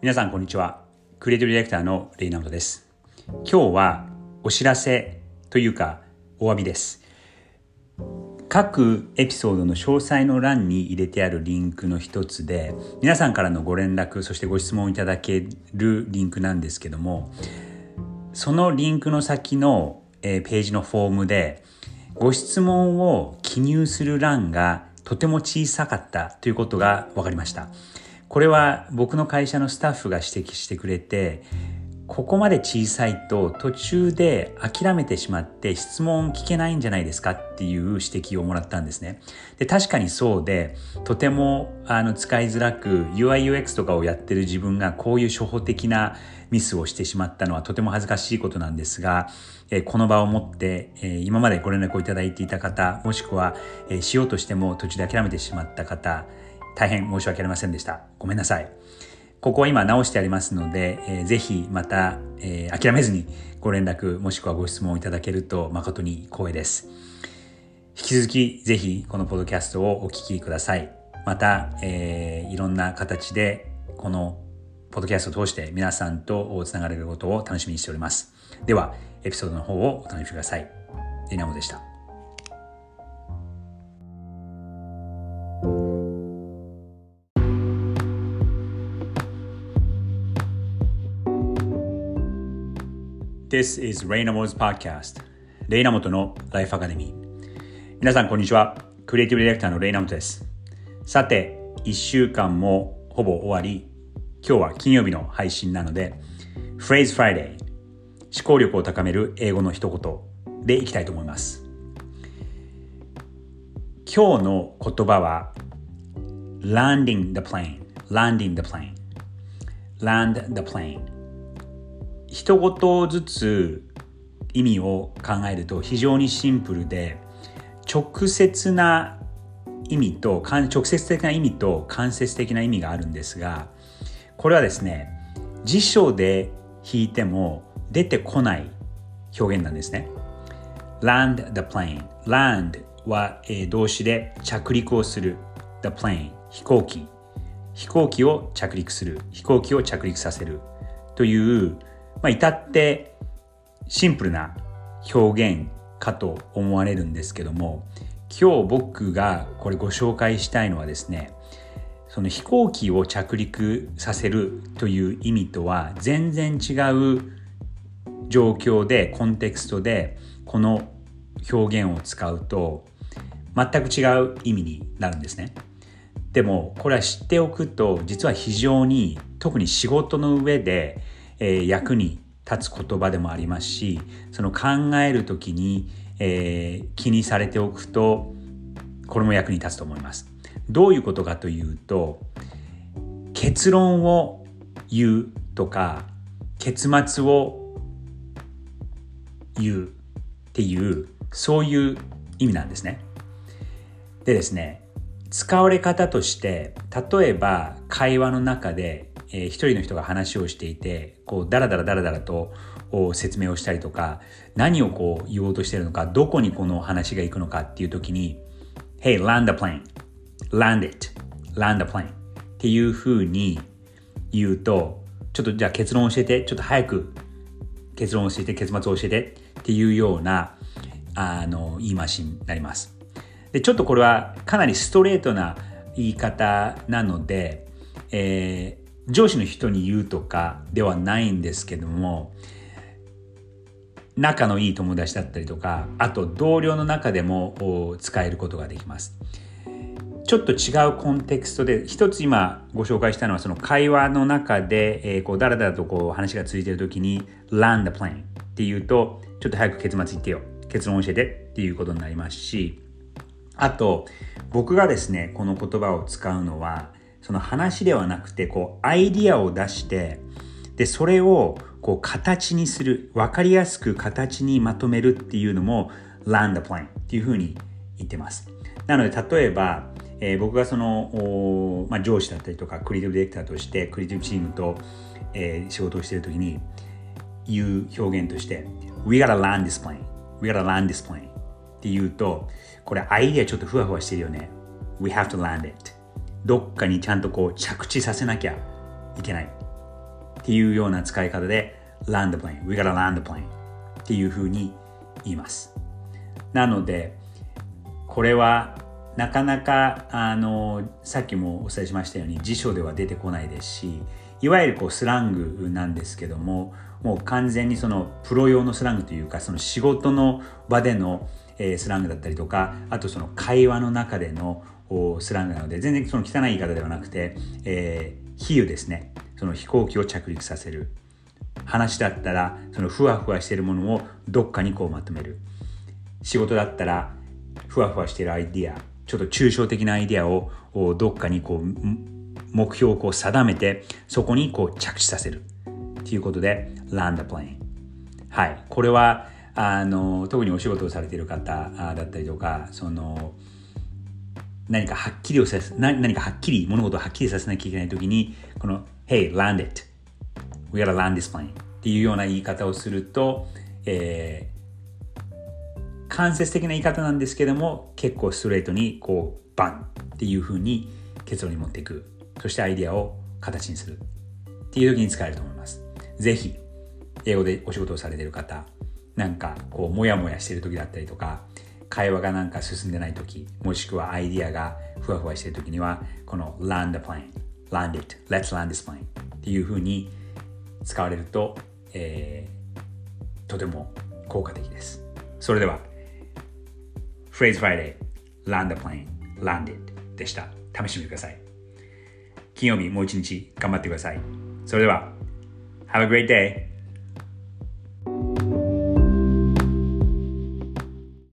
皆さんこんにちは。クリエイティブディレクターのレイナウトです。今日はお知らせというかお詫びです。各エピソードの詳細の欄に入れてあるリンクの一つで、皆さんからのご連絡そしてご質問いただけるリンクなんですけども、そのリンクの先のページのフォームでご質問を記入する欄がとても小さかったということが分かりました。これは僕の会社のスタッフが指摘してくれて、ここまで小さいと途中で諦めてしまって質問聞けないんじゃないですかっていう指摘をもらったんですね。で、確かにそうで、とても使いづらく UI/UX とかをやってる自分がこういう初歩的なミスをしてしまったのはとても恥ずかしいことなんですが、この場をもって今までご連絡をいただいていた方、もしくはしようとしても途中で諦めてしまった方、大変申し訳ありませんでした。ごめんなさい。ここは今直してありますので、ぜひまた、諦めずにご連絡もしくはご質問をいただけると誠に光栄です。引き続きぜひこのポッドキャストをお聞きください。また、いろんな形でこのポッドキャストを通して皆さんとつながれることを楽しみにしております。ではエピソードの方をお楽しみください。レイナモでした。This is Raynamo's Podcast レイナモトのライフアカデミー。皆さんこんにちは。クリエイティブディレクターのレイナモトです。さて1週間もほぼ終わり、今日は金曜日の配信なので Phrase Friday 思考力を高める英語の一言でいきたいと思います。今日の言葉は Landing the plane Landing the plane Land the plane。一言ずつ意味を考えると非常にシンプルで、直接的な意味と間接的な意味があるんですが、これはですね、辞書で引いても出てこない表現なんですね。Land the plane。Land は動詞で着陸をする。The plane。飛行機を着陸する。飛行機を着陸させるという至ってシンプルな表現かと思われるんですけども、今日僕がこれご紹介したいのはですね、その飛行機を着陸させるという意味とは全然違う状況でコンテクストでこの表現を使うと全く違う意味になるんですね。でもこれは知っておくと実は非常に特に仕事の上で役に立つ言葉でもありますし、その考えるときに、気にされておくとこれも役に立つと思います。どういうことかというと、結論を言うとか結末を言うっていうそういう意味なんですね。でですね、使われ方として例えば会話の中で一人の人が話をしていて、ダラダラと説明をしたりとか、何を言おうとしているのか、どこにこの話が行くのかっていう時に Hey, land the plane, land it, land the plane っていう風に言うと、ちょっとじゃあ結論を教えて、ちょっと早く結論を教えて、結末を教えてっていうような言い回しになります。で、ちょっとこれはかなりストレートな言い方なので、上司の人に言うとかではないんですけども、仲のいい友達だったりとか、あと同僚の中でも使えることができます。ちょっと違うコンテクストで、一つ今ご紹介したのはその会話の中で、だらだらと話が続いている時に land the plane っていうと、ちょっと早く結末言ってよ、結論を教えてっていうことになりますし、あと僕がですねこの言葉を使うのはその話ではなくてアイディアを出して、でそれを形にする、分かりやすく形にまとめるっていうのも land the plane っていうふうに言ってます。なので例えば、僕がその、上司だったりとかクリエイティブディレクターとしてクリエイティブチームと、仕事をしているときに言う表現として We gotta land this plane We gotta land this plane っていうと、これアイディアちょっとふわふわしてるよね。We have to land it。どっかにちゃんと着地させなきゃいけない。 っていうような使い方で land the plane, we gotta land the plane っていうふうに言います。なのでこれはなかなかさっきもお伝えしましたように辞書では出てこないですし、いわゆるスラングなんですけども、もう完全にそのプロ用のスラングというか、その仕事の場でのスラングだったりとか、あとその会話の中でのスラングなので、全然その汚い言い方ではなくて、比喩ですね。その飛行機を着陸させる。話だったらそのふわふわしているものをどっかにまとめる。仕事だったらふわふわしているアイディア、ちょっと抽象的なアイディアをどっかに目標を定めて、そこに着地させるということで land the plane。 はい、これは特にお仕事をされている方だったりとか、その何かはっきり物事をはっきりさせなきゃいけないときに、この Hey, land it, we gotta land this plane っていうような言い方をすると、間接的な言い方なんですけども、結構ストレートにバンっていう風に結論に持っていく、そしてアイデアを形にするっていう時に使えると思います。ぜひ英語でお仕事をされている方、なんかモヤモヤしている時だったりとか、会話がなんか進んでない時、もしくはアイデアがふわふわしている時には、この land the plane, land it, let's land this plane っていう風に使われると、とても効果的です。それではPhrase Friday, land the plane, land it でした。試してみてください。金曜日もう一日頑張ってください。それでは Have a great day!